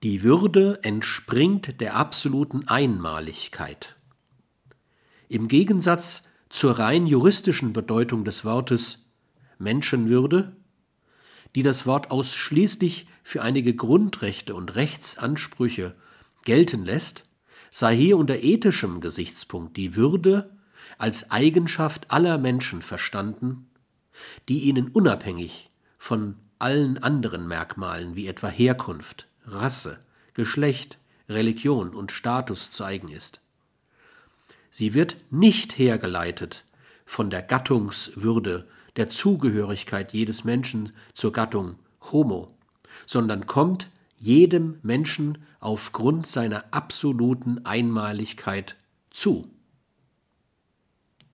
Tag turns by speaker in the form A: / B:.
A: Die Würde entspringt der absoluten Einmaligkeit. Im Gegensatz zur rein juristischen Bedeutung des Wortes Menschenwürde, die das Wort ausschließlich für einige Grundrechte und Rechtsansprüche gelten lässt, sei hier unter ethischem Gesichtspunkt die Würde als Eigenschaft aller Menschen verstanden, die ihnen unabhängig von allen anderen Merkmalen wie etwa Herkunft, Rasse, Geschlecht, Religion und Status zu eigen ist. Sie wird nicht hergeleitet von der Gattungswürde, der Zugehörigkeit jedes Menschen zur Gattung Homo, sondern kommt jedem Menschen aufgrund seiner absoluten Einmaligkeit zu.